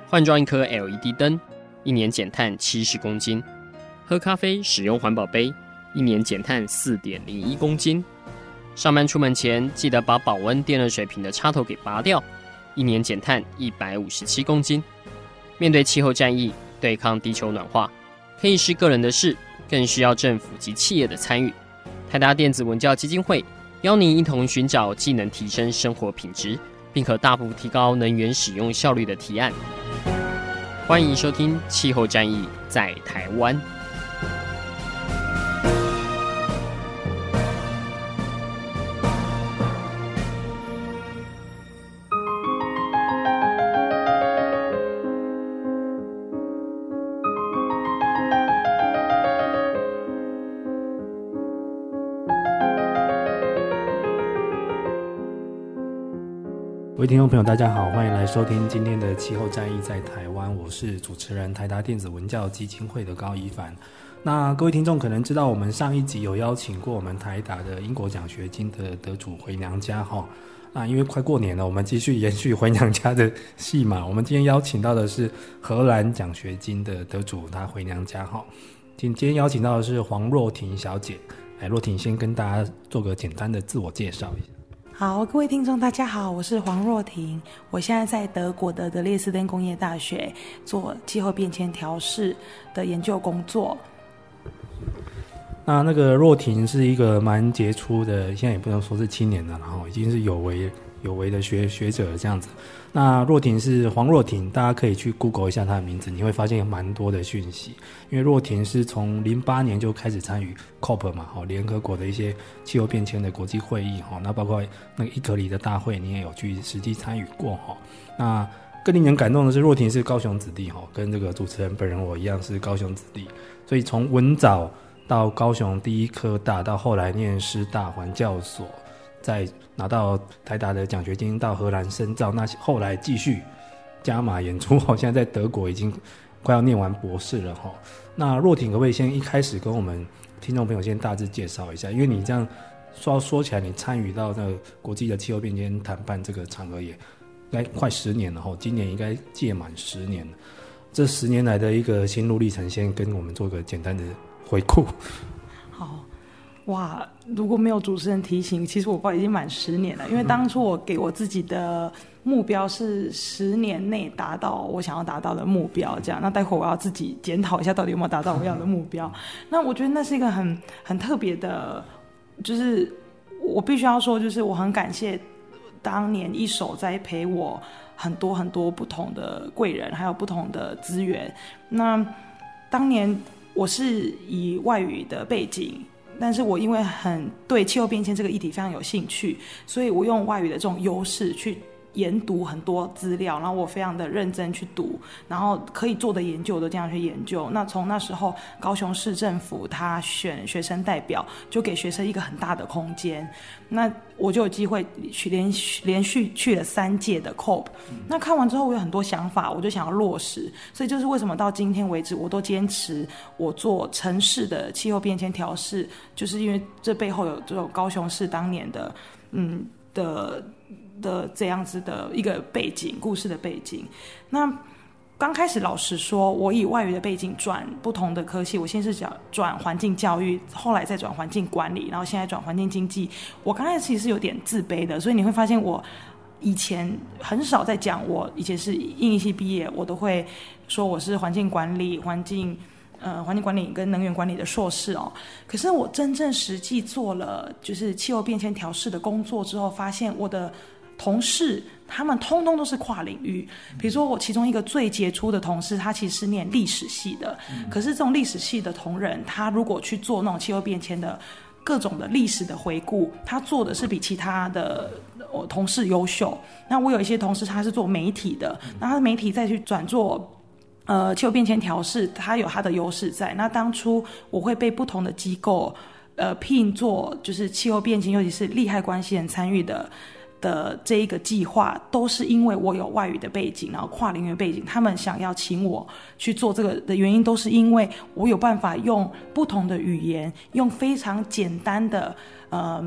换装一颗 LED 灯，1年减碳70公斤；喝咖啡使用环保杯，1年减碳4.01公斤；上班出门前记得把保温电热水瓶的插头给拔掉，1年减碳157公斤。面对气候战役，对抗地球暖化，可以是个人的事，更需要政府及企业的参与。台达电子文教基金会邀您一同寻找既能提升生活品质，并可大幅提高能源使用效率的提案。欢迎收听《气候战役在台湾》。 各位听众朋友大家好，欢迎来收听今天的气候战役在台湾，我是主持人台达电子文教基金会的高宜凡。那各位听众可能知道，我们上一集有邀请过我们台达的英国奖学金的得主回娘家那因为快过年了，我们继续延续回娘家的戏码。我们今天邀请到的是荷兰奖学金的得主，他回娘家今天邀请到的是黄若婷小姐。若婷先跟大家做个简单的自我介绍一下。 好，各位听众大家好，我是黄若婷，我现在在德国的德列斯登工业大学做气候变迁调试的研究工作。 那个若婷是一个蛮杰出的，现在也不能说是青年了，然后已经是有为的学者这样子。那若婷是黄若婷，大家可以去 Google 一下她的名字，你会发现有蛮多的讯息。因为若婷是从08年就开始参与 COP 嘛，联合国的一些气候变迁的国际会议，那包括那个伊格里的大会，你也有去实际参与过。那更令人感动的是，若婷是高雄子弟，跟这个主持人本人我一样是高雄子弟，所以从文藻到高雄第一科大，到后来念师大环教所，再拿到台达的奖学金到荷兰深造，那后来继续加码演出，现在在德国已经快要念完博士了。那若婷可不可以先一开始跟我们听众朋友先大致介绍一下，因为你这样说起来，你参与到那个国际的气候变迁谈判这个场合也应该快10年了，今年应该届满10年了。这10年来的一个心路历程，先跟我们做个简单的回顾。 好，哇，如果没有主持人提醒，其实我不知道已经满10年了，因为当初我给我自己的目标是10年内达到我想要达到的目标，这样。那待会我要自己检讨一下到底有没有达到我要的目标。那我觉得那是一个很特别的，就是我必须要说，就是我很感谢当年一手栽培我很多很多不同的贵人，还有不同的资源。那当年我是以外语的背景，但是我因为很对气候变迁这个议题非常有兴趣，所以我用外语的这种优势去研读很多资料，然后我非常的认真去读，然后可以做的研究我都这样去研究。那从那时候高雄市政府他选学生代表，就给学生一个很大的空间，那我就有机会去连续去了3届的 COP。 那看完之后我有很多想法，我就想要落实，所以就是为什么到今天为止我都坚持我做城市的气候变迁调试，就是因为这背后有这种高雄市当年的这样子的一个背景，故事的背景。那刚开始老实说，我以外语的背景转不同的科系，我先是转环境教育，后来再转环境管理，然后现在转环境经济。我刚开始其实是有点自卑的，所以你会发现我以前很少在讲我以前是应艺系毕业，我都会说我是环境管理、环境管理跟能源管理的硕士可是我真正实际做了就是气候变迁调试的工作之后，发现我的同事他们通通都是跨领域。比如说我其中一个最杰出的同事，他其实是念历史系的，可是这种历史系的同仁，他如果去做那种气候变迁的各种的历史的回顾，他做的是比其他的同事优秀。那我有一些同事他是做媒体的，那他的媒体再去转做气候变迁调试，它有它的优势在。那当初我会被不同的机构聘做就是气候变迁，尤其是利害关系人参与的这一个计划，都是因为我有外语的背景，然后跨领域背景，他们想要请我去做这个的原因，都是因为我有办法用不同的语言，用非常简单的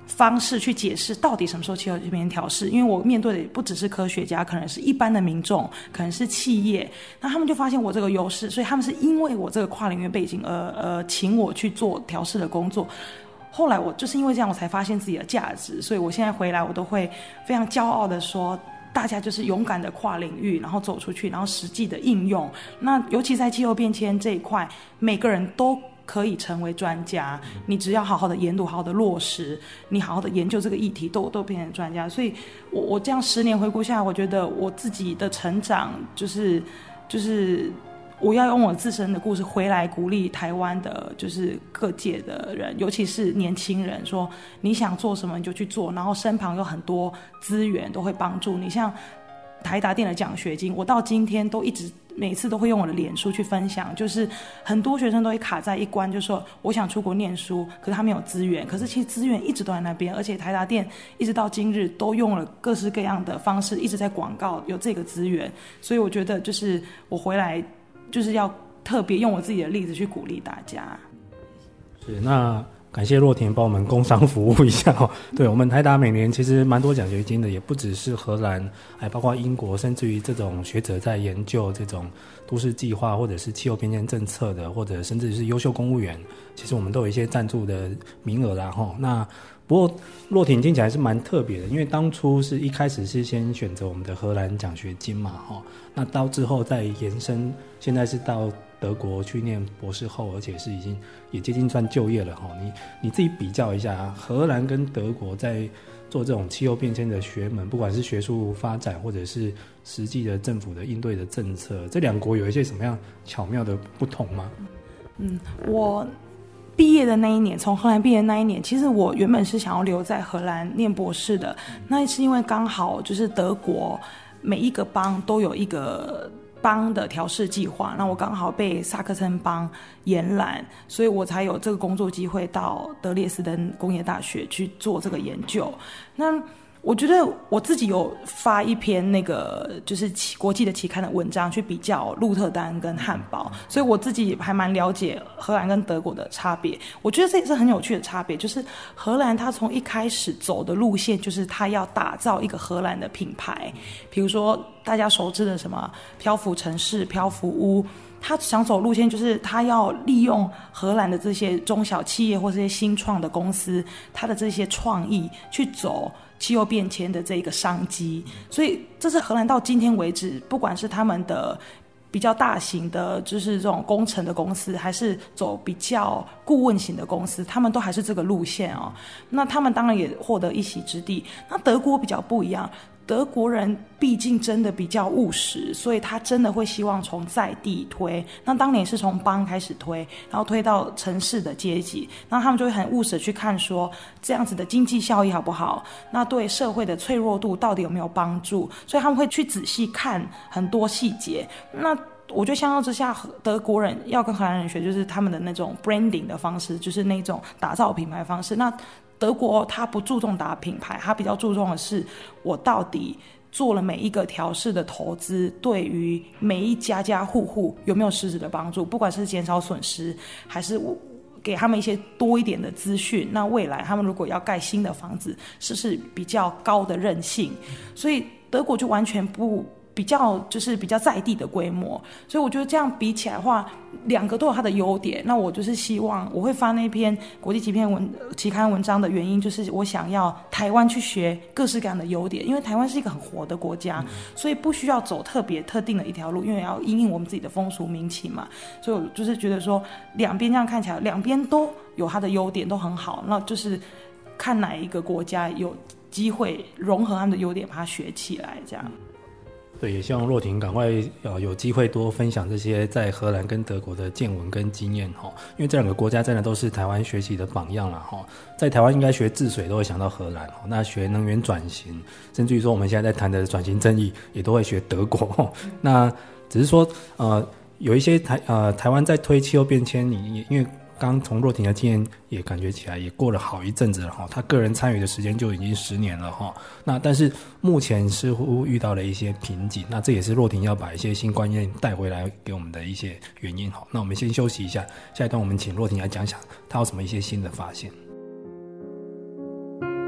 方式去解释到底什么时候气候变迁调试，因为我面对的不只是科学家，可能是一般的民众，可能是企业，那他们就发现我这个优势，所以他们是因为我这个跨领域背景而请我去做调试的工作。后来我就是因为这样，我才发现自己的价值，所以我现在回来我都会非常骄傲的说，大家就是勇敢的跨领域，然后走出去，然后实际的应用。那尤其在气候变迁这一块，每个人都可以成为专家，你只要好好的研读，好好的落实，你好好的研究这个议题，都变成专家。所以我这样10年回顾下来，我觉得我自己的成长就是我要用我自身的故事回来鼓励台湾的就是各界的人，尤其是年轻人，说你想做什么你就去做，然后身旁有很多资源都会帮助你。像台达电的奖学金，我到今天都一直每次都会用我的脸书去分享，就是很多学生都会卡在一关，就是说我想出国念书，可是他没有资源，可是其实资源一直都在那边，而且台达电一直到今日都用了各式各样的方式一直在广告有这个资源。所以我觉得就是我回来就是要特别用我自己的例子去鼓励大家。 是，那感谢若婷帮我们工商服务一下哦。对，我们台达每年其实蛮多奖学金的，也不只是荷兰，还包括英国，甚至于这种学者在研究这种都市计划或者是气候变迁政策的，或者甚至是优秀公务员，其实我们都有一些赞助的名额啦齁。那不过若婷听起来是蛮特别的，因为当初是一开始是先选择我们的荷兰奖学金嘛齁，那到之后再延伸，现在是到德国去念博士后，而且是已经也接近算就业了齁。你自己比较一下，荷兰跟德国在做这种气候变迁的学门，不管是学术发展或者是实际的政府的应对的政策，这两国有一些什么样巧妙的不同吗？ 我毕业的那一年，从荷兰毕业的那一年，其实我原本是想要留在荷兰念博士的，那是因为刚好就是德国每一个邦都有一个邦的调试计划，那我刚好被萨克森邦延揽，所以我才有这个工作机会到德列斯登工业大学去做这个研究。那我觉得我自己有发一篇那个就是国际的期刊的文章，去比较鹿特丹跟汉堡，所以我自己还蛮了解荷兰跟德国的差别。我觉得这也是很有趣的差别，就是荷兰它从一开始走的路线，就是它要打造一个荷兰的品牌，比如说大家熟知的什么漂浮城市、漂浮屋，他想走路线就是他要利用荷兰的这些中小企业或这些新创的公司，他的这些创意去走气候变迁的这个商机。所以这是荷兰到今天为止，不管是他们的比较大型的就是这种工程的公司，还是走比较顾问型的公司，他们都还是这个路线哦。那他们当然也获得一席之地。那德国比较不一样，德国人毕竟真的比较务实，所以他真的会希望从在地推。那当年是从邦开始推，然后推到城市的阶级，那他们就会很务实的去看说这样子的经济效益好不好，那对社会的脆弱度到底有没有帮助，所以他们会去仔细看很多细节。那我觉得相较之下，德国人要跟荷兰人学，就是他们的那种 branding 的方式，就是那种打造品牌方式。那德国他不注重打品牌，他比较注重的是我到底做了每一个调试的投资，对于每一家户有没有实质的帮助，不管是减少损失，还是给他们一些多一点的资讯，那未来他们如果要盖新的房子，是不是比较高的韧性？所以德国就完全不比较就是比较在地的规模，所以我觉得这样比起来的话，两个都有它的优点。那我就是希望我会发那篇国际期刊文章的原因，就是我想要台湾去学各式各样的优点，因为台湾是一个很活的国家，所以不需要走特定的一条路，因为要因应我们自己的风俗民情嘛。所以我就是觉得说，两边这样看起来，两边都有它的优点，都很好，那就是看哪一个国家有机会融合他们的优点，把它学起来，这样。 对，也希望若婷赶快有机会多分享这些在荷兰跟德国的见闻跟经验齁，因为这两个国家真的都是台湾学习的榜样啦齁。在台湾应该学治水都会想到荷兰齁，那学能源转型，甚至于说我们现在在谈的转型正义也都会学德国齁。那只是说有一些台湾在推气候变迁，因为刚从若婷的经验也感觉起来也过了好一阵子了齁，他个人参与的时间就已经10年了齁。那但是目前似乎遇到了一些瓶颈，那这也是若婷要把一些新观念带回来给我们的一些原因齁。那我们先休息一下，下一段我们请若婷来讲讲她有什么一些新的发现。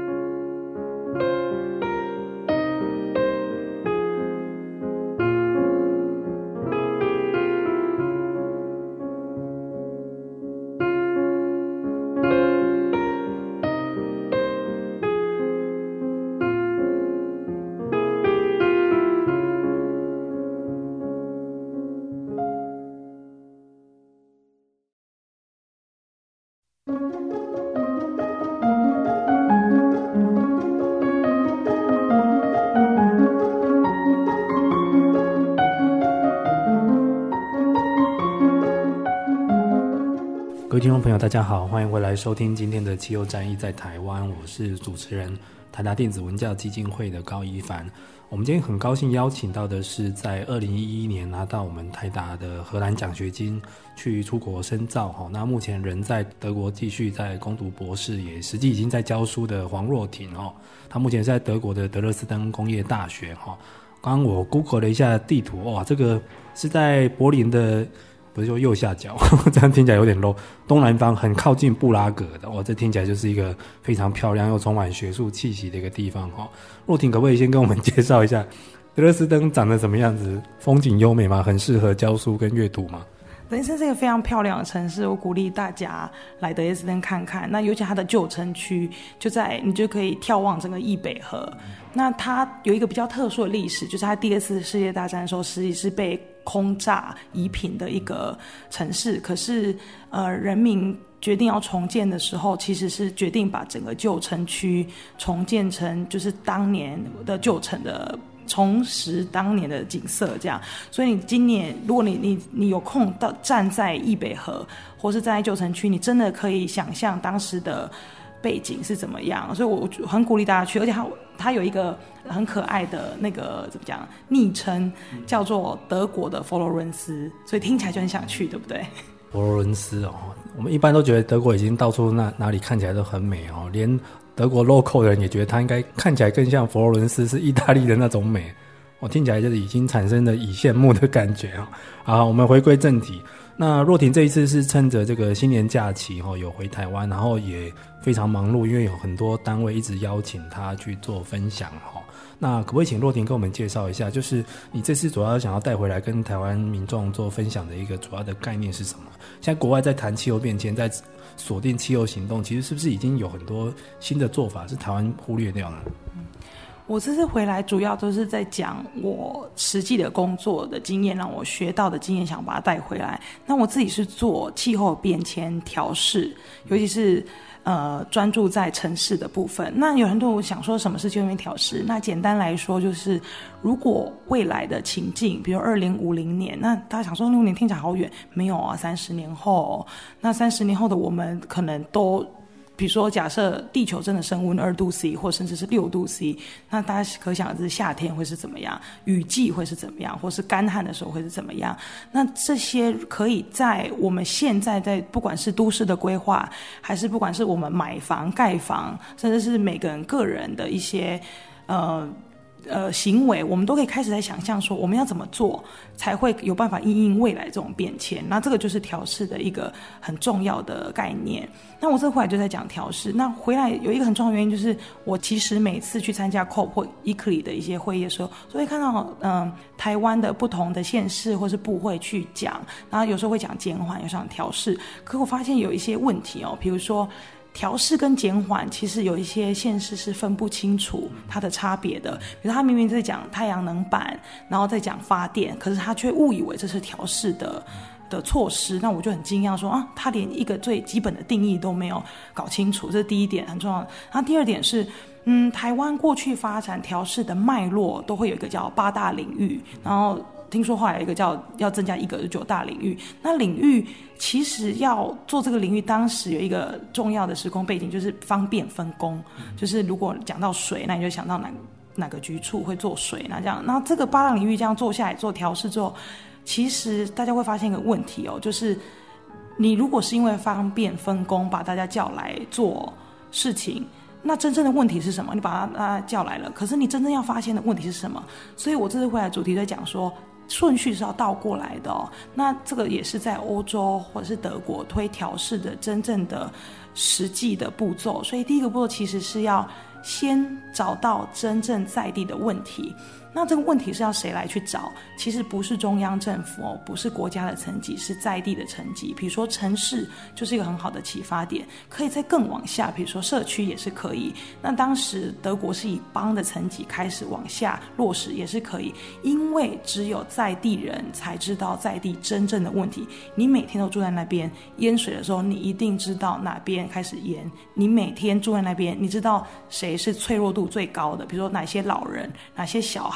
位听众朋友大家好，欢迎回来收听今天的气候战役在台湾，我是主持人台达电子文教基金会的高一凡。我们今天很高兴邀请到的是在2011年拿到我们台达的荷兰奖学金去出国深造，那目前人在德国继续在攻读博士，也实际已经在教书的黄若婷，他目前是在德国的德勒斯登工业大学。刚刚我 Google 了一下地图，哇，这个是在柏林的不是说右下角这样听起来有点 low， 东南方很靠近布拉格的，这听起来就是一个非常漂亮又充满学术气息的一个地方。若婷可不可以先跟我们介绍一下德勒斯登长得什么样子，风景优美吗？很适合教书跟阅读吗？ 德累斯登是一个非常漂亮的城市，我鼓励大家来德累斯登看看。那尤其它的旧城区你就可以眺望整个易北河。那它有一个比较特殊的历史，就是它第2次世界大战的时候实际是被轰炸夷平的一个城市，可是人民决定要重建的时候，其实是决定把整个旧城区重建成就是当年的旧城的，重拾当年的景色这样。所以你今年如果你有空到站在易北河或是站在旧城区，你真的可以想象当时的背景是怎么样。所以我很鼓励大家去，而且它有一个很可爱的那个怎么讲昵称，叫做德国的佛罗伦斯，所以听起来就很想去，对不对？ 佛罗伦斯我们一般都觉得德国已经到处哪里看起来都很美连德国 local 的人也觉得它应该看起来更像佛罗伦斯是意大利的那种美，听起来就是已经产生了以羡慕的感觉。好，我们回归正题。那若婷这一次是趁着这个新年假期有回台湾，然后也非常忙碌，因为有很多单位一直邀请他去做分享。那可不可以请若婷跟我们介绍一下，就是你这次主要想要带回来跟台湾民众做分享的一个主要的概念是什么？现在国外在谈气候变迁，在锁定气候行动，其实是不是已经有很多新的做法是台湾忽略掉了？ 我这次回来主要都是在讲我实际的工作的经验，让我学到的经验想把它带回来。那我自己是做气候变迁调适，尤其是专注在城市的部分。那有很多人想说什么是气候变调适，那简单来说就是如果未来的情境比如2050年，那大家想说2050年听起来好远，没有啊，30年后，那30年后的我们可能都比如说假设地球真的升温2度 C 或甚至是6度 C， 那大家可想而知夏天会是怎么样，雨季会是怎么样，或是干旱的时候会是怎么样。那这些可以在我们现在在不管是都市的规划，还是不管是我们买房盖房，甚至是每个人个人的一些行为，我们都可以开始在想象说我们要怎么做才会有办法因应未来这种变迁。那这个就是调适的一个很重要的概念。那我这回来就在讲调适，那回来有一个很重要的原因，就是我其实每次去参加 COP 或 ICLEI 的一些会议的时候，都会看到台湾的不同的县市或是部会去讲，然后有时候会讲减缓，有时候讲调适。可我发现有一些问题比如说调适跟减缓其实有一些县市是分不清楚它的差别的，比如他明明在讲太阳能板，然后在讲发电，可是他却误以为这是调适的措施。那我就很惊讶说他连一个最基本的定义都没有搞清楚，这是第一点很重要的。那第二点是台湾过去发展调适的脉络都会有一个叫8大领域，然后听说后来有一个叫要增加一个9大领域。那领域其实要做这个领域，当时有一个重要的时空背景，就是方便分工。就是如果讲到水，那你就想到哪个局处会做水，那这样，那这个8大领域这样做下来做调适之后，其实大家会发现一个问题就是你如果是因为方便分工把大家叫来做事情，那真正的问题是什么？你把他叫来了，可是你真正要发现的问题是什么？所以我这次回来主题在讲说顺序是要倒过来的那这个也是在欧洲或者是德国推调适的真正的实际的步骤。所以第一个步骤其实是要先找到真正在地的问题。那这个问题是要谁来去找？其实不是中央政府不是国家的层级，是在地的层级。比如说城市就是一个很好的启发点，可以再更往下，比如说社区也是可以。那当时德国是以邦的层级开始往下落实也是可以，因为只有在地人才知道在地真正的问题。你每天都住在那边，淹水的时候你一定知道哪边开始淹，你每天住在那边，你知道谁是脆弱度最高的，比如说哪些老人哪些小孩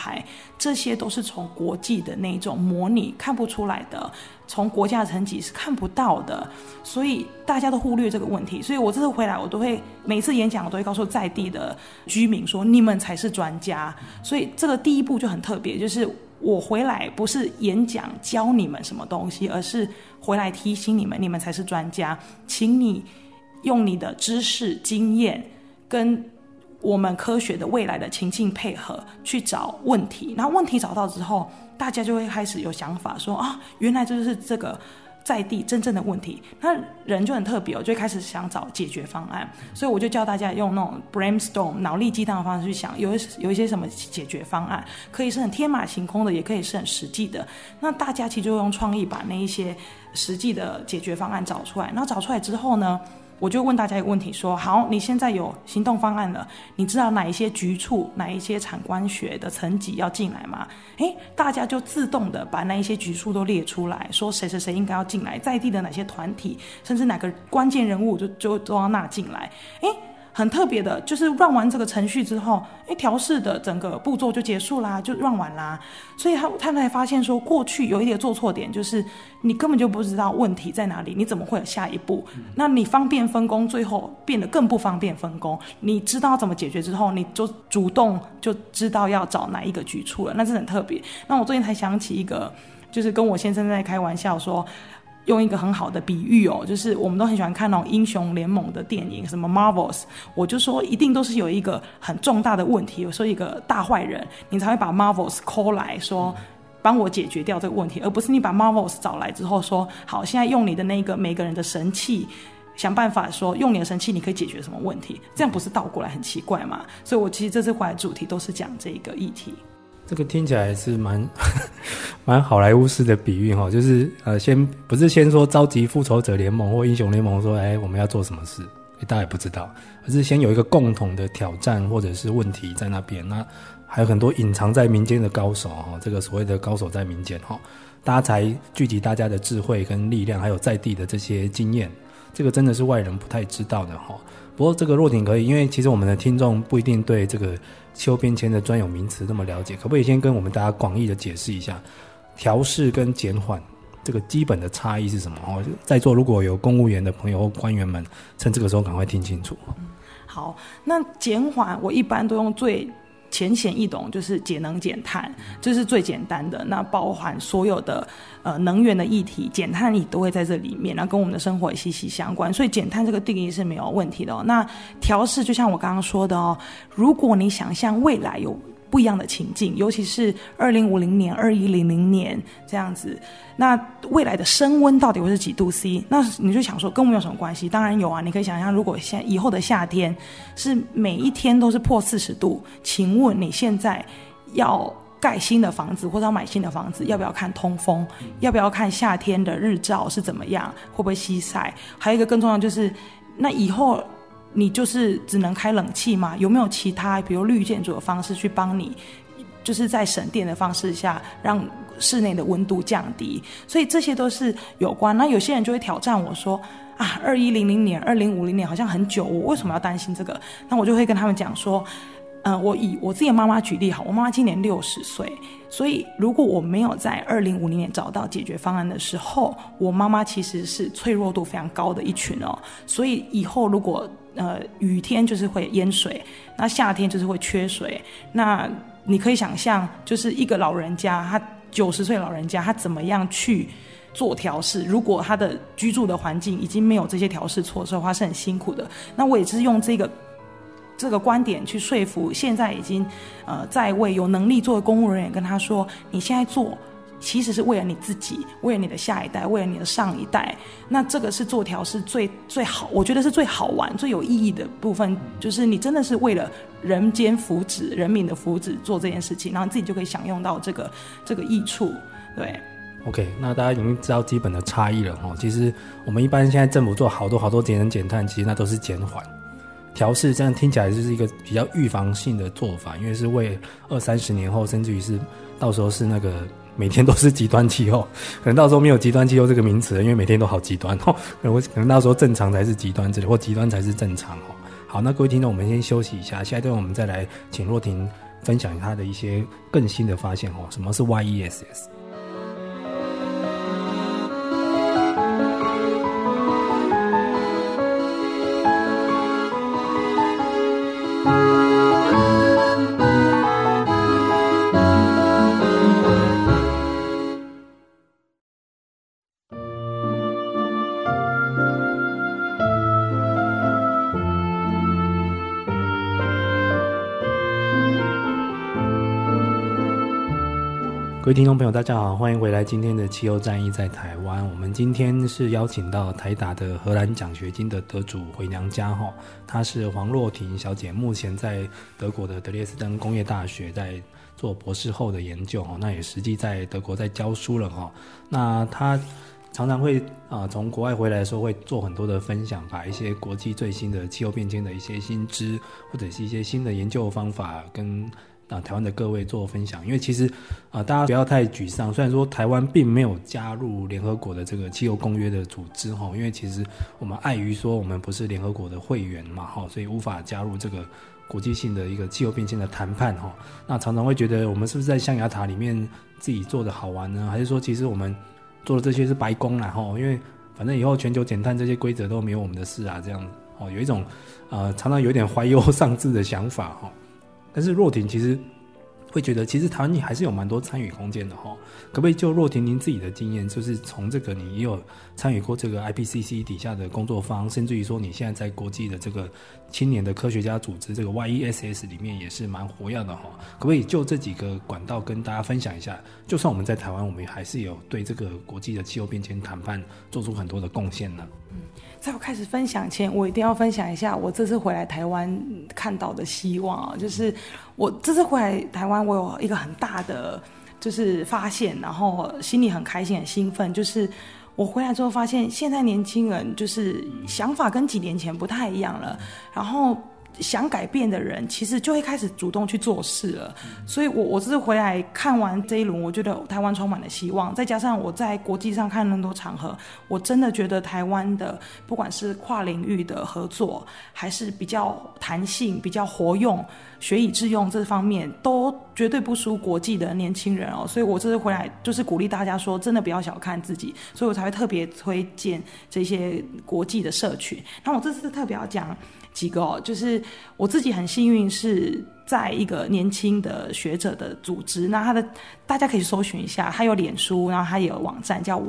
孩，这些都是从国际的那种模拟看不出来的，从国家的层级是看不到的，所以大家都忽略这个问题。所以我这次回来，我都会每次演讲，我都会告诉在地的居民说，你们才是专家。所以这个第一步就很特别，就是我回来不是演讲教你们什么东西，而是回来提醒你们，你们才是专家，请你用你的知识经验跟我们科学的未来的情境配合去找问题，然后问题找到之后，大家就会开始有想法说啊，原来这就是这个在地真正的问题，那人就很特别，我就会开始想找解决方案。所以我就教大家用那种 brainstorm 脑力激荡的方式去想，有一些什么解决方案，可以是很天马行空的，也可以是很实际的。那大家其实就用创意把那一些实际的解决方案找出来，然后找出来之后呢，我就问大家一个问题说，好，你现在有行动方案了，你知道哪一些局处哪一些产官学的层级要进来吗？大家就自动的把那一些局处都列出来，说谁谁谁应该要进来，在地的哪些团体，甚至哪个关键人物就都要纳进来。很特别的，就是 run 完这个程序之后，调试的整个步骤就结束啦，就 run 完啦。所以他们才发现说，过去有一点做错点，就是你根本就不知道问题在哪里，你怎么会有下一步？那你方便分工，最后变得更不方便分工。你知道怎么解决之后，你就主动就知道要找哪一个局处了，那真的很特别。那我最近才想起一个，就是跟我先生在开玩笑说，用一个很好的比喻就是我们都很喜欢看那种英雄联盟的电影，什么 Marvels， 我就说一定都是有一个很重大的问题，有时候一个大坏人，你才会把 Marvels call 来说帮我解决掉这个问题，而不是你把 Marvels 找来之后说，好，现在用你的那个每个人的神器，想办法说用你的神器你可以解决什么问题，这样不是倒过来很奇怪吗？所以我其实这次回来主题都是讲这个议题。 这个听起来是蛮好莱坞式的比喻哈，就是不是先说召集复仇者联盟或英雄联盟说我们要做什么事，大家也不知道，而是先有一个共同的挑战或者是问题在那边，那还有很多隐藏在民间的高手这个所谓的高手在民间大家才聚集大家的智慧跟力量，还有在地的这些经验，这个真的是外人不太知道的不过这个若婷可以，因为其实我们的听众不一定对这个气候变迁的专有名词那么了解，可不可以先跟我们大家广义的解释一下调适跟减缓这个基本的差异是什么在座如果有公务员的朋友或官员们，趁这个时候赶快听清楚。 好，那减缓我一般都用最浅显易懂，就是节能减碳，这是最简单的，那包含所有的能源的议题，减碳也都会在这里面，那跟我们的生活也息息相关，所以减碳这个定义是没有问题的那调适就像我刚刚说的如果你想象未来有不一样的情境，尤其是2050年、2100年这样子，那未来的升温到底会是几度 C？ 那你就想说跟我们有什么关系？当然有啊！你可以想象，如果以后的夏天是每一天都是破40度，请问你现在要盖新的房子或者要买新的房子，要不要看通风？要不要看夏天的日照是怎么样？会不会西晒？还有一个更重要就是，那以后你就是只能开冷气吗？有没有其他比如绿建筑的方式去帮你，就是在省电的方式下让室内的温度降低？所以这些都是有关。那有些人就会挑战我说2100年、2050年好像很久，我为什么要担心这个？那我就会跟他们讲说我以我自己的妈妈举例好，我妈妈今年60岁，所以如果我没有在2050年找到解决方案的时候，我妈妈其实是脆弱度非常高的一群所以以后如果雨天就是会淹水，那夏天就是会缺水，那你可以想象就是一个老人家，他90岁老人家他怎么样去做调试，如果他的居住的环境已经没有这些调试措施的话是很辛苦的。那我也是用这个观点去说服现在已经在位有能力做的公务人员，跟他说你现在做其实是为了你自己，为了你的下一代，为了你的上一代。那这个是做调试最好，我觉得是最好玩最有意义的部分，就是你真的是为了人间福祉、人民的福祉做这件事情，然后你自己就可以享用到这个益处。对 OK， 那大家已经知道基本的差异了其实我们一般现在政府做好多节能减碳，其实那都是减缓。调适这样听起来就是一个比较预防性的做法，因为是为20-30年后，甚至于是到时候是那个每天都是极端气候，可能到时候没有极端气候这个名词了，因为每天都好极端可能到时候正常才是极端之类，或极端才是正常好，那各位听众，我们先休息一下，下一段我们再来请若婷分享他的一些更新的发现什么是 YESS。各位听众朋友大家好，欢迎回来今天的气候战役在台湾。我们今天是邀请到台达的荷兰奖学金的得主回娘家，她是黄若婷小姐，目前在德国的德列斯登工业大学在做博士后的研究，那也实际在德国在教书了。那她常常会从国外回来的时候会做很多的分享，把一些国际最新的气候变迁的一些新知或者是一些新的研究方法跟台湾的各位做分享。因为其实大家不要太沮丧，虽然说台湾并没有加入联合国的这个气候公约的组织，因为其实我们碍于说我们不是联合国的会员嘛，所以无法加入这个国际性的一个气候变迁的谈判。那常常会觉得我们是不是在象牙塔里面自己做的好玩呢？还是说其实我们做的这些是白工啦，因为反正以后全球减碳这些规则都没有我们的事啊，这样有一种常常有点怀忧丧志的想法。但是若婷其实会觉得其实台湾还是有蛮多参与空间的可不可以就若婷您自己的经验，就是从这个你也有参与过这个 IPCC 底下的工作坊，甚至于说你现在在国际的这个青年的科学家组织这个 YESS 里面也是蛮活跃的可不可以就这几个管道跟大家分享一下，就算我们在台湾我们还是有对这个国际的气候变迁谈判做出很多的贡献呢？ 在我开始分享前，我一定要分享一下我这次回来台湾看到的希望就是我这次回来台湾，我有一个很大的就是发现，然后心里很开心很兴奋，就是我回来之后发现现在年轻人就是想法跟几年前不太一样了，然后想改变的人其实就会开始主动去做事了。所以我这次回来看完这一轮，我觉得台湾充满了希望，再加上我在国际上看那么多场合，我真的觉得台湾的不管是跨领域的合作还是比较弹性比较活用学以致用这方面都绝对不输国际的年轻人所以我这次回来就是鼓励大家说真的不要小看自己，所以我才会特别推荐这些国际的社群。那我这次特别要讲几个就是我自己很幸运是在一个年轻的学者的组织，那大家可以搜寻一下，他有脸书，然后他也有网站叫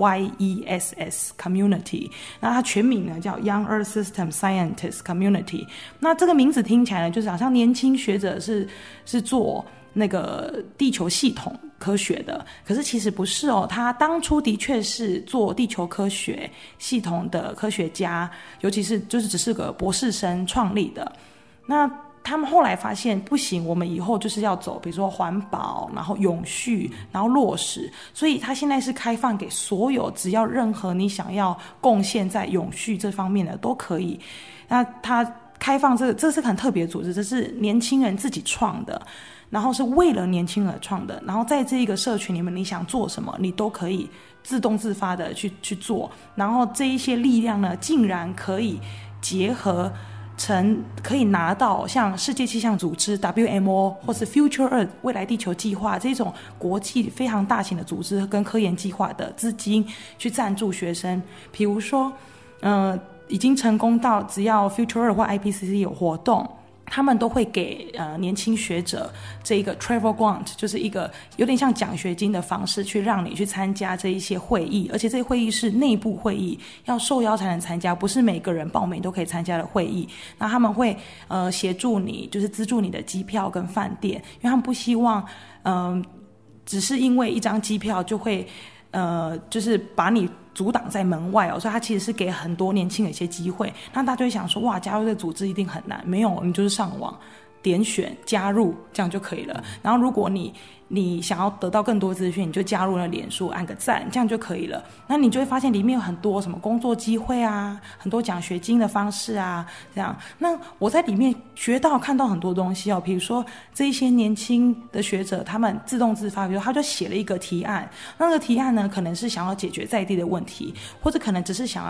YESS Community， 那他全名呢叫 Young Earth System Scientist Community。 那这个名字听起来呢就是好像年轻学者是做那个地球系统科学的，可是其实不是他当初的确是做地球科学系统的科学家，尤其是就是只是个博士生创立的。那他们后来发现不行，我们以后就是要走比如说环保，然后永续，然后落实，所以他现在是开放给所有只要任何你想要贡献在永续这方面的都可以。那他开放这是很特别的组织，这是年轻人自己创的，然后是为了年轻人而创的，然后在这一个社群里面你想做什么你都可以自动自发的去做，然后这一些力量呢竟然可以结合成可以拿到像世界气象组织 WMO 或是 Future Earth 未来地球计划这种国际非常大型的组织跟科研计划的资金去赞助学生。比如说已经成功到只要 Future Earth 或 IPCC 有活动，他们都会给年轻学者这一个 travel grant， 就是一个有点像奖学金的方式，去让你去参加这一些会议，而且这些会议是内部会议，要受邀才能参加，不是每个人报名都可以参加的会议。那他们会协助你，就是资助你的机票跟饭店，因为他们不希望只是因为一张机票就会就是把你阻挡在门外所以他其实是给很多年轻人一些机会。那大家就会想说哇，加入这个组织一定很难，没有，你就是上网点选加入这样就可以了。然后如果你想要得到更多资讯，你就加入了脸书按个赞，这样就可以了。那你就会发现里面有很多什么工作机会啊，很多奖学金的方式啊，这样。那我在里面看到很多东西比如说这一些年轻的学者他们自动自发，比如他就写了一个提案，那个提案呢可能是想要解决在地的问题，或者可能只是想要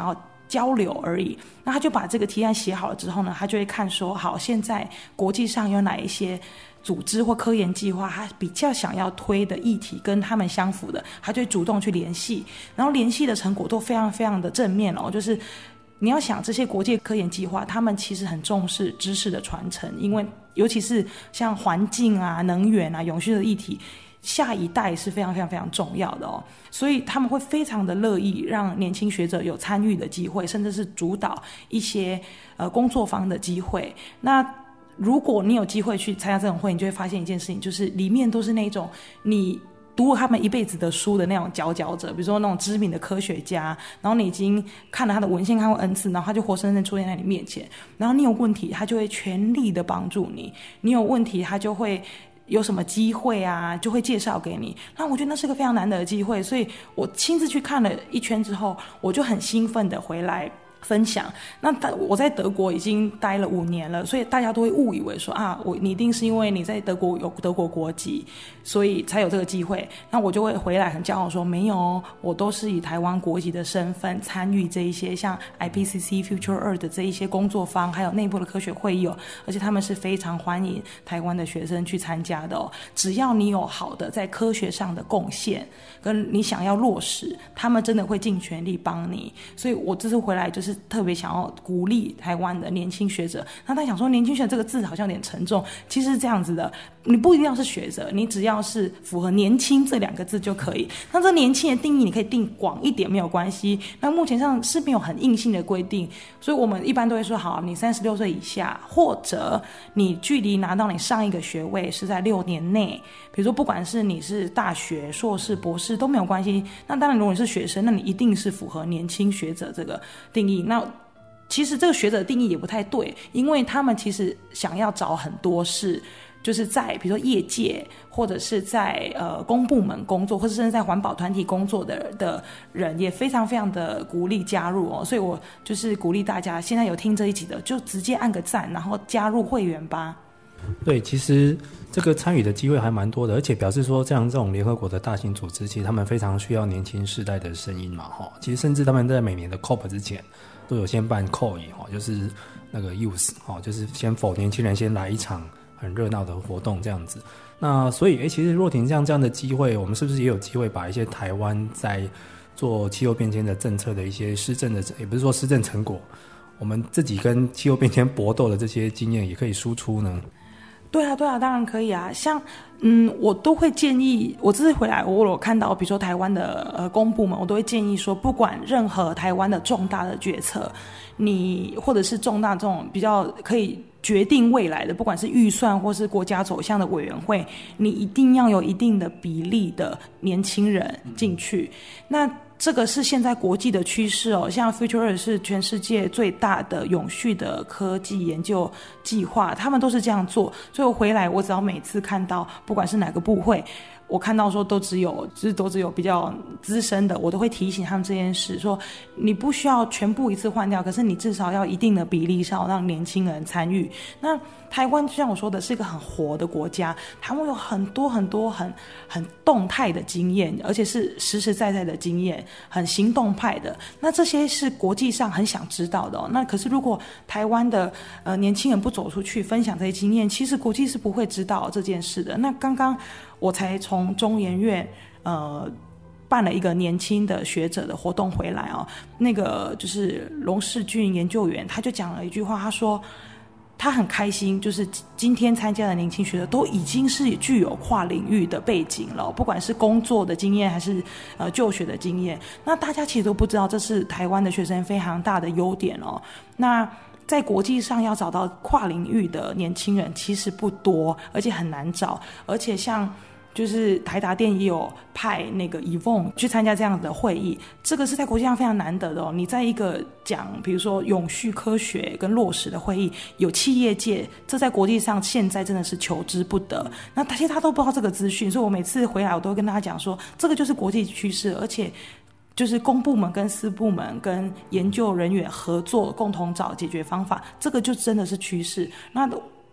交流而已。那他就把这个提案写好了之后呢，他就会看说，好，现在国际上有哪一些组织或科研计划，他比较想要推的议题跟他们相符的，他就会主动去联系，然后联系的成果都非常非常的正面哦，就是你要想这些国际科研计划，他们其实很重视知识的传承，因为尤其是像环境啊、能源啊、永续的议题，下一代是非常非常非常重要的哦，所以他们会非常的乐意让年轻学者有参与的机会，甚至是主导一些工作坊的机会。那如果你有机会去参加这种会，你就会发现一件事情，就是里面都是那种你读了他们一辈子的书的那种佼佼者，比如说那种知名的科学家，然后你已经看了他的文献看过 N 次，然后他就活生生出现在你面前，然后你有问题他就会全力的帮助你，你有问题他就会有什么机会啊，就会介绍给你。那我觉得那是个非常难得的机会，所以我亲自去看了一圈之后，我就很兴奋的回来分享。那我在德国已经待了5年了，所以大家都会误以为说啊，你一定是因为你在德国有德国国籍，所以才有这个机会。那我就会回来很骄傲说，没有，我都是以台湾国籍的身份参与这一些像 IPCC Future Earth 的这一些工作坊，还有内部的科学会议哦，而且他们是非常欢迎台湾的学生去参加的哦。只要你有好的在科学上的贡献，跟你想要落实，他们真的会尽全力帮你。所以我这次回来就是特别想要鼓励台湾的年轻学者。那他想说年轻学者这个字好像有点沉重，其实是这样子的，你不一定要是学者，你只要是符合年轻这2个字就可以。那这年轻的定义你可以定广一点没有关系，那目前上是没有很硬性的规定，所以我们一般都会说，好，你36岁以下，或者你距离拿到你上一个学位是在6年内，比如说不管是你是大学、硕士、博士都没有关系。那当然如果你是学生，那你一定是符合年轻学者这个定义。那其实这个学者的定义也不太对，因为他们其实想要找很多是就是在比如说业界，或者是在公部门工作，或者甚至在环保团体工作的人，也非常非常的鼓励加入哦。所以我就是鼓励大家，现在有听这一集的，就直接按个赞，然后加入会员吧。 对，其实这个参与的机会还蛮多的，而且表示说这种联合国的大型组织，其实他们非常需要年轻世代的声音嘛。其实甚至他们在每年的 COP 之前都有先办 COI， 就是那个 Youth， 就是先否年轻人先来一场很热闹的活动这样子。那所以其实若婷这样的机会，我们是不是也有机会把一些台湾在做气候变迁的政策的一些施政的，也不是说施政成果，我们自己跟气候变迁搏斗的这些经验也可以输出呢？ 对啊，当然可以啊。像我都会建议，我这次回来我有看到比如说台湾的公部门，我都会建议说，不管任何台湾的重大的决策，你或者是重大这种比较可以决定未来的，不管是预算或是国家走向的委员会，你一定要有一定的比例的年轻人进去。那这个是现在国际的趋势哦，像 Future Earth 是全世界最大的永续的科技研究计划，他们都是这样做。所以我回来，我只要每次看到不管是哪个部会，我看到说都只有比较资深的，我都会提醒他们这件事，说你不需要全部一次换掉，可是你至少要一定的比例上让年轻人参与。那台湾就像我说的是一个很活的国家，台湾有很多很多很动态的经验，而且是实实在在的经验，很行动派的。那这些是国际上很想知道的哦。那可是如果台湾的年轻人不走出去分享这些经验，其实国际是不会知道这件事的。那刚刚我才从中研院办了一个年轻的学者的活动回来哦，那个就是龙世俊研究员，他就讲了一句话，他说他很开心，就是今天参加的年轻学者都已经是具有跨领域的背景了，不管是工作的经验还是就学的经验。那大家其实都不知道，这是台湾的学生非常大的优点哦。那在国际上要找到跨领域的年轻人其实不多，而且很难找，而且像就是台达电也有派那个 Yvonne 去参加这样的会议，这个是在国际上非常难得的哦。你在一个讲比如说永续科学跟落实的会议，有企业界，这在国际上现在真的是求之不得。那其实他都不知道这个资讯，所以我每次回来我都会跟大家讲说，这个就是国际趋势，而且就是公部门跟私部门跟研究人员合作，共同找解决方法，这个就真的是趋势。那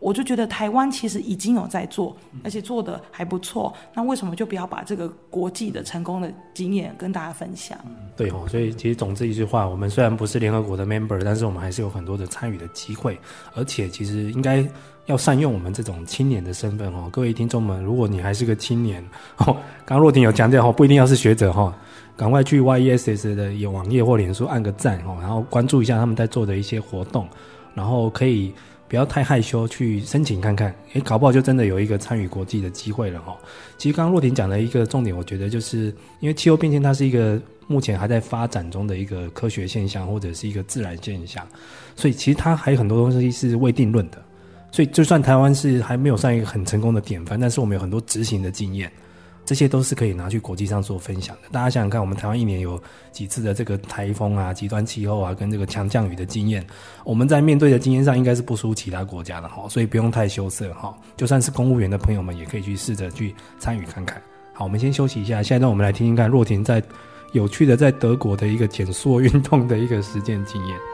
我就觉得台湾其实已经有在做，而且做的还不错，那为什么就不要把这个国际的成功的经验跟大家分享？ 对哦，所以其实总之一句话，我们虽然不是联合国的 member， 但是我们还是有很多的参与的机会，而且其实应该要善用我们这种青年的身份哦。各位听众们，如果你还是个青年哦，刚刚若婷有强调哦，不一定要是学者哦，赶快去 YESS 的网页或脸书按个赞哦，然后关注一下他们在做的一些活动，然后可以不要太害羞去申请看看，搞不好就真的有一个参与国际的机会了哈。其实刚刚若婷讲的一个重点，我觉得就是因为气候变迁它是一个目前还在发展中的一个科学现象或者是一个自然现象，所以其实它还有很多东西是未定论的。所以就算台湾是还没有上一个很成功的典范，但是我们有很多执行的经验，这些都是可以拿去国际上做分享的。大家想想看，我们台湾一年有几次的这个台风啊、极端气候啊跟这个强降雨的经验，我们在面对的经验上应该是不输其他国家的齁，所以不用太羞涩齁。就算是公务员的朋友们也可以去试着去参与看看。好，我们先休息一下，下一段我们来听听看若婷在有趣的在德国的一个减塑运动的一个实践经验。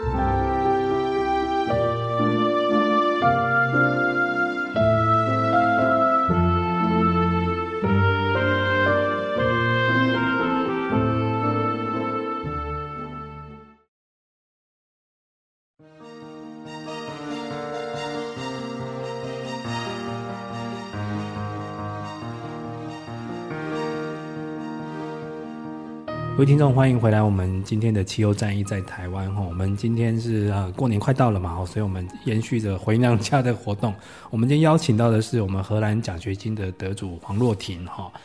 各位听众，欢迎回来。我们今天的气候战役在台湾我们今天是过年快到了嘛，所以我们延续着回娘家的活动。我们今天邀请到的是我们荷兰奖学金的得主黄若婷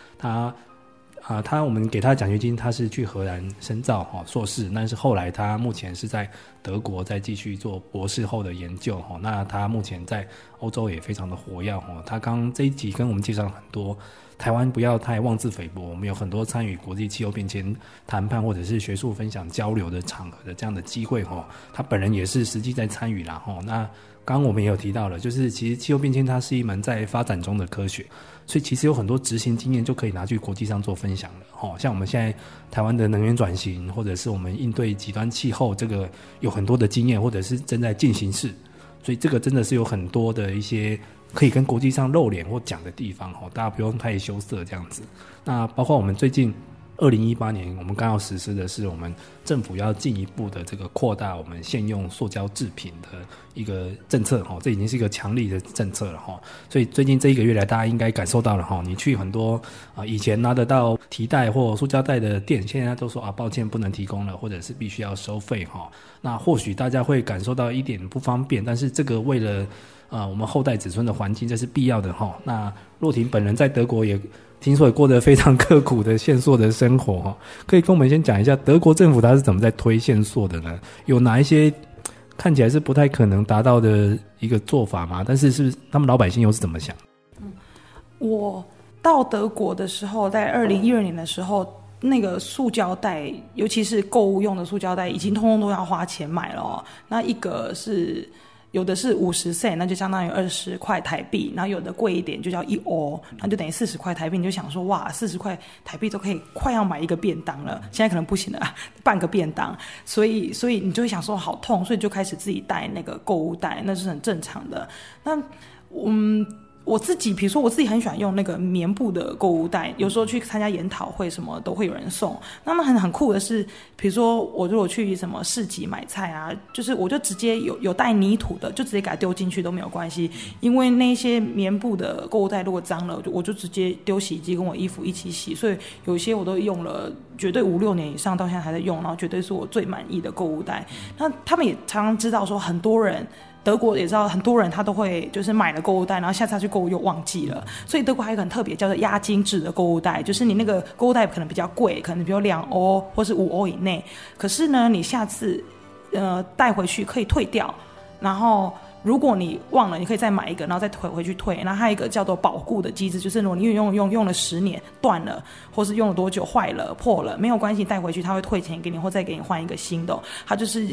他我们给他奖学金，他是去荷兰深造硕士，但是后来他目前是在德国在继续做博士后的研究那他目前在欧洲也非常的活跃他刚这一集跟我们介绍很多台湾不要太妄自菲薄，我们有很多参与国际气候变迁谈判或者是学术分享交流的场合的这样的机会他本人也是实际在参与啦那刚刚我们也有提到了，就是其实气候变迁它是一门在发展中的科学，所以其实有很多执行经验就可以拿去国际上做分享了像我们现在台湾的能源转型，或者是我们应对极端气候，这个有很多的经验，或者是正在进行式，所以这个真的是有很多的一些可以跟国际上露脸或讲的地方大家不用太羞涩这样子。那包括我们最近2018年我们刚要实施的是我们政府要进一步的这个扩大我们现用塑胶制品的一个政策这已经是一个强力的政策了所以最近这一个月来大家应该感受到了你去很多以前拿得到提袋或塑胶袋的店，现在都说抱歉不能提供了，或者是必须要收费那或许大家会感受到一点不方便，但是这个为了我们后代子孙的环境这是必要的那若婷本人在德国也听说也过得非常刻苦的限塑的生活可以跟我们先讲一下德国政府它是怎么在推限塑的呢？有哪一些看起来是不太可能达到的一个做法吗？但是是不是他们老百姓又是怎么想？ 我到德国的时候，在2012年的时候，那个塑胶袋，尤其是购物用的塑胶袋，已经通通都要花钱买了那一个是有的是50 cent， 那就相当于20块台币，然后有的贵一点就叫1欧，那就等于40块台币。你就想说，哇，40块台币都可以快要买一个便当了，现在可能不行了，半个便当。所以你就会想说好痛，所以就开始自己带那个购物袋，那是很正常的。那我自己，比如说我自己很喜欢用那个棉布的购物袋，有时候去参加研讨会什么都会有人送。那么很酷的是，比如说我如果去什么市集买菜啊，就是我就直接有带泥土的，就直接给它丢进去都没有关系，因为那些棉布的购物袋如果脏了，我就直接丢洗衣机跟我衣服一起洗。所以有一些我都用了绝对5-6年以上，到现在还在用，然后绝对是我最满意的购物袋。那他们也常常知道说，很多人德国也知道很多人他都会就是买了购物袋，然后下次他去购物又忘记了，所以德国还有一个很特别叫做押金制的购物袋，就是你那个购物袋可能比较贵，可能比如2欧或是5欧以内，可是呢你下次带回去可以退掉，然后如果你忘了，你可以再买一个，然后再回去退。然后还有一个叫做保固的机制，就是如果你用了10年断了，或是用了多久坏了破了，没有关系，带回去他会退钱给你，或再给你换一个新的它就是要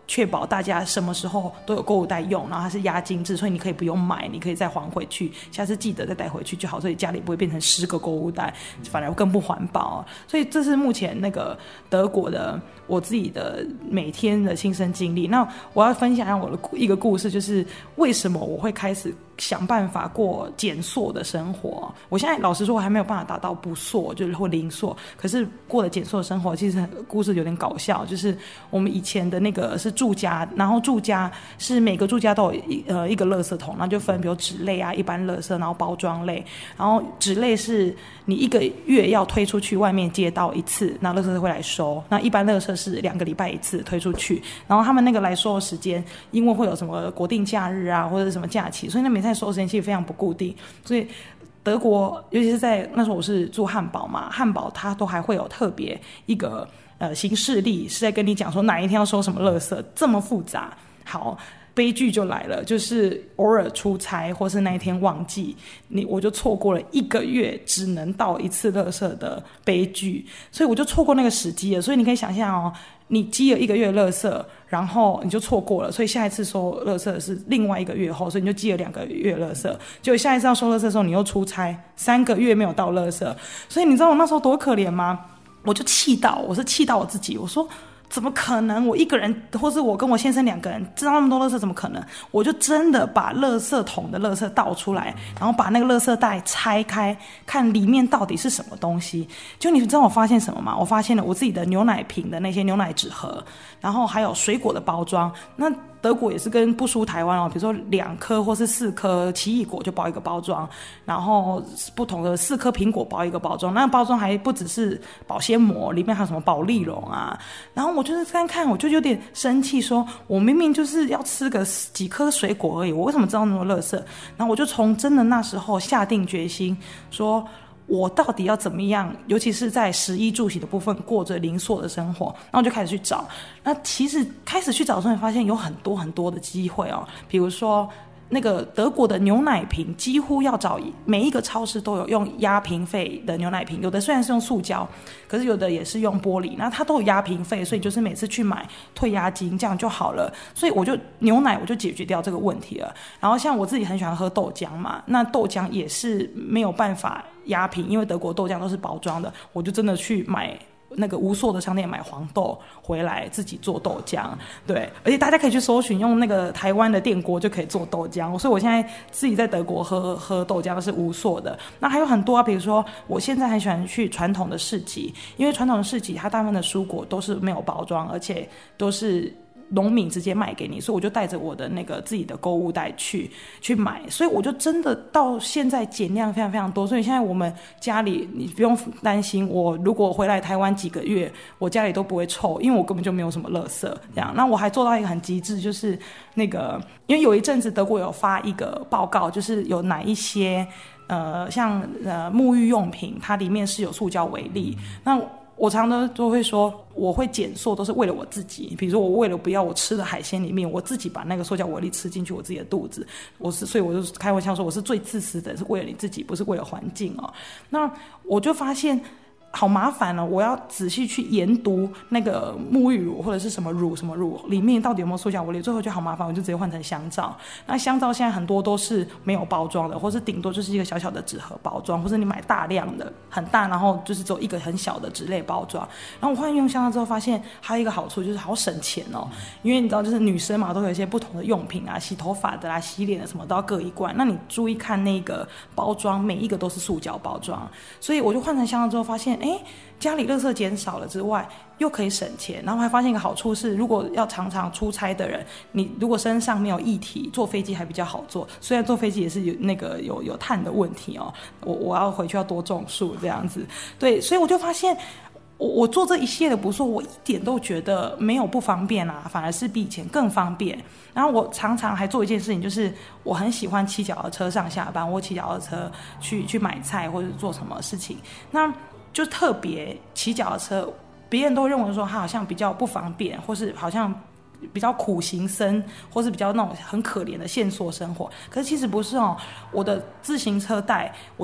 确保大家什么时候都有购物袋用，然后它是压精致，所以你可以不用买，你可以再还回去，下次记得再带回去就好，所以家里不会变成10个购物袋，反而更不环保。所以这是目前那个德国的我自己的每天的亲身经历。那我要分享我的一个故事，就是为什么我会开始想办法过减塑的生活。我现在老实说我还没有办法达到不塑，就是或零塑，可是过了减塑的生活，其实故事有点搞笑。就是我们以前的那个是住家，然后住家是每个住家都有一个垃圾桶，然后就分比如纸类啊、一般垃圾，然后包装类，然后纸类是你1个月要推出去外面街道一次，那垃圾会来收，那一般垃圾是2个礼拜一次推出去，然后他们那个来收的时间因为会有什么国定假日啊或者什么假期，所以那每次收的时间其实非常不固定。所以德国尤其是在那时候我是住汉堡嘛，汉堡它都还会有特别一个行事历是在跟你讲说哪一天要收什么垃圾，这么复杂。好，悲剧就来了，就是偶尔出差或是那一天忘记我就错过了1个月只能倒一次垃圾的悲剧，所以我就错过那个时机了。所以你可以想象哦，你积了1个月垃圾，然后你就错过了，所以下一次收垃圾是另外1个月后，所以你就积了2个月垃圾，结果下一次要收垃圾的时候你又出差3个月没有倒垃圾，所以你知道我那时候多可怜吗？我就气到我自己，我说怎么可能我一个人或是我跟我先生2个人知道那么多垃圾，怎么可能？我就真的把垃圾桶的垃圾倒出来，然后把那个垃圾袋拆开，看里面到底是什么东西。就你知道我发现什么吗？我发现了我自己的牛奶瓶的那些牛奶纸盒，然后还有水果的包装。那德国也是跟不输台湾哦，比如说2颗或是4颗奇异果就包一个包装，然后不同的4颗苹果包一个包装，那个包装还不只是保鲜膜，里面还有什么保丽龙啊。然后我就是看我就有点生气，说我明明就是要吃个几颗水果而已，我为什么知道那么垃圾？然后我就从真的那时候下定决心说，我到底要怎么样，尤其是在食衣住行的部分过着零塑的生活。然后我就开始去找，那其实开始去找的时候发现有很多很多的机会哦，比如说那个德国的牛奶瓶几乎要找每一个超市都有用压瓶费的牛奶瓶，有的虽然是用塑胶，可是有的也是用玻璃，那它都有压瓶费，所以就是每次去买退压金这样就好了。所以牛奶我就解决掉这个问题了。然后像我自己很喜欢喝豆浆嘛，那豆浆也是没有办法压瓶，因为德国豆浆都是包装的，我就真的去买那个无塑的商店买黄豆回来自己做豆浆。对，而且大家可以去搜寻用那个台湾的电锅就可以做豆浆，所以我现在自己在德国喝豆浆是无塑的。那还有很多啊，比如说我现在很喜欢去传统的市集，因为传统的市集它大部分的蔬果都是没有包装，而且都是农民直接卖给你，所以我就带着我的那个自己的购物袋去买，所以我就真的到现在减量非常非常多。所以现在我们家里你不用担心，我如果回来台湾几个月，我家里都不会臭，因为我根本就没有什么垃圾这样。那我还做到一个很极致，就是那个因为有一阵子德国有发一个报告，就是有哪一些像沐浴用品它里面是有塑胶微粒，那我常常都会说我会减塑都是为了我自己，比如说我为了不要我吃的海鲜里面我自己把那个塑胶微粒吃进去我自己的肚子，所以我就开玩笑说我是最自私的，是为了你自己，不是为了环境哦。那我就发现好麻烦哦，我要仔细去研读那个沐浴乳或者是什么乳里面到底有没有塑胶微粒，最后就好麻烦，我就直接换成香皂。那香皂现在很多都是没有包装的，或是顶多就是一个小小的纸盒包装，或是你买大量的很大，然后就是只有一个很小的纸类包装。然后我换用香皂之后发现还有一个好处就是好省钱哦，因为你知道就是女生嘛都有一些不同的用品啊，洗头发的啦、洗脸的什么都要各一罐，那你注意看那个包装每一个都是塑胶包装，所以我就换成香皂之后发现家里垃圾减少了之外又可以省钱。然后还发现一个好处是，如果要常常出差的人，你如果身上没有液体，坐飞机还比较好坐，虽然坐飞机也是有碳的问题哦，我要回去要多种树这样子。对，所以我就发现我做这一系列的不塑，我一点都觉得没有不方便啊，反而是比以前更方便。然后我常常还做一件事情，就是我很喜欢骑脚踏车上下班，我骑脚踏车去买菜或者做什么事情，那就特别骑脚踏车，别人都认为说他好像比较不方便，或是好像比较苦行僧，或是比较那种很可怜的限缩生活。可是其实不是哦，我的自行车带我就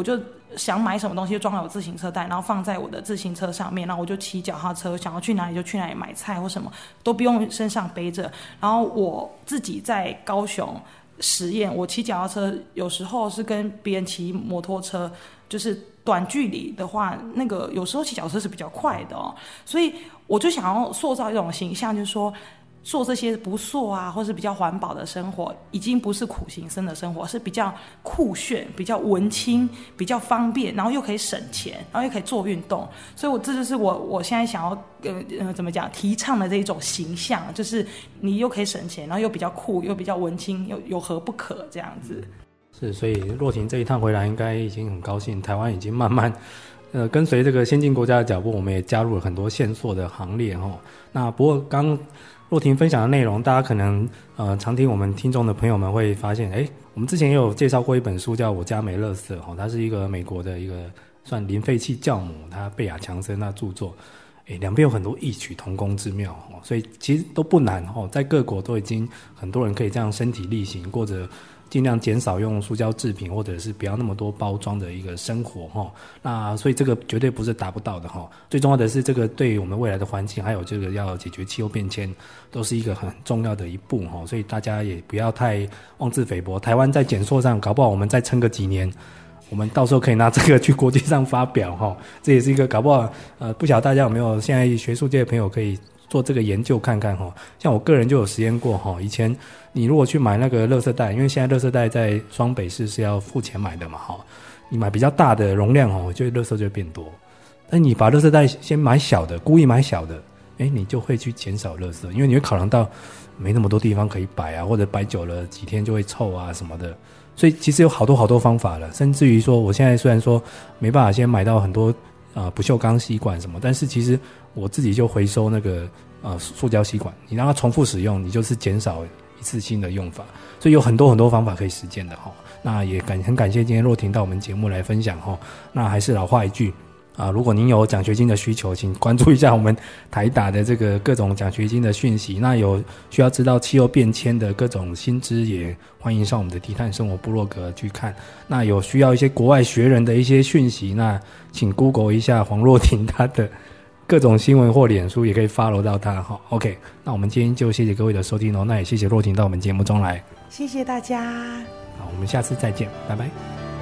想买什么东西就装好我自行车袋，然后放在我的自行车上面，然后我就骑脚踏车，想要去哪里就去哪里买菜或什么都不用身上背着。然后我自己在高雄实验，我骑脚踏车有时候是跟别人骑摩托车，就是短距离的话，那个有时候骑脚踏车是比较快的哦，所以我就想要塑造一种形象，就是说做这些不塑啊，或是比较环保的生活，已经不是苦行僧的生活，是比较酷炫、比较文青、比较方便，然后又可以省钱，然后又可以做运动。所以这就是我现在想要怎么讲提倡的这一种形象，就是你又可以省钱，然后又比较酷，又比较文青，又有何不可这样子。 是，所以若婷这一趟回来应该已经很高兴，台湾已经慢慢跟随这个先进国家的脚步，我们也加入了很多限塑的行列哦。那不过刚若婷分享的内容，大家可能常听我们听众的朋友们会发现，我们之前也有介绍过一本书叫《我家没垃圾》哦，它是一个美国的一个算零废弃教母，他贝亚强森他著作，两边有很多异曲同工之妙哦，所以其实都不难哦，在各国都已经很多人可以这样身体力行，或者尽量减少用塑胶制品，或者是不要那么多包装的一个生活齁。那所以这个绝对不是达不到的齁。最重要的是这个对于我们未来的环境，还有这个要解决气候变迁，都是一个很重要的一步齁。所以大家也不要太妄自菲薄。台湾在减塑上，搞不好我们再撑个几年，我们到时候可以拿这个去国际上发表齁。这也是一个搞不好不晓得大家有没有现在学术界的朋友可以做这个研究看看齁。像我个人就有实验过齁，以前你如果去买那个垃圾袋，因为现在垃圾袋在双北市是要付钱买的嘛齁，你买比较大的容量齁，就垃圾就会变多。但你把垃圾袋先买小的，故意买小的，你就会去减少垃圾，因为你会考量到没那么多地方可以摆啊，或者摆久了几天就会臭啊什么的。所以其实有好多方法了，甚至于说我现在虽然说没办法先买到很多不锈钢吸管什么，但是其实我自己就回收那个塑胶吸管，你让它重复使用，你就是减少一次性的用法。所以有很多方法可以实践的齁。那也很感谢今天若婷到我们节目来分享齁。那还是老话一句如果您有奖学金的需求，请关注一下我们台大的这个各种奖学金的讯息。那有需要知道气候变迁的各种新知，也欢迎上我们的低碳生活部落格去看。那有需要一些国外学人的一些讯息，那请 Google 一下黄若婷她的各种新闻或脸书，也可以 follow 到她。好 ，OK， 那我们今天就谢谢各位的收听哦。那也谢谢若婷到我们节目中来， 谢谢大家。 好，我们下次再见，拜拜。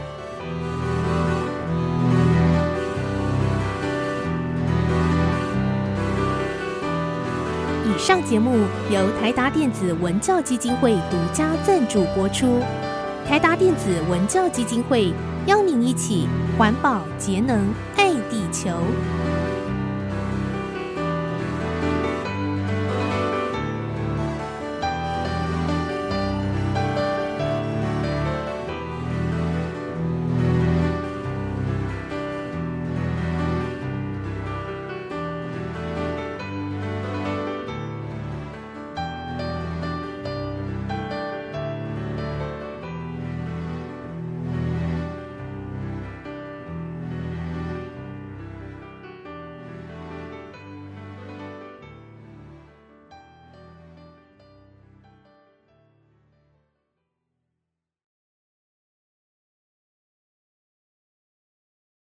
以上节目由台达电子文教基金会独家赞助播出。台达电子文教基金会邀您一起环保节能，爱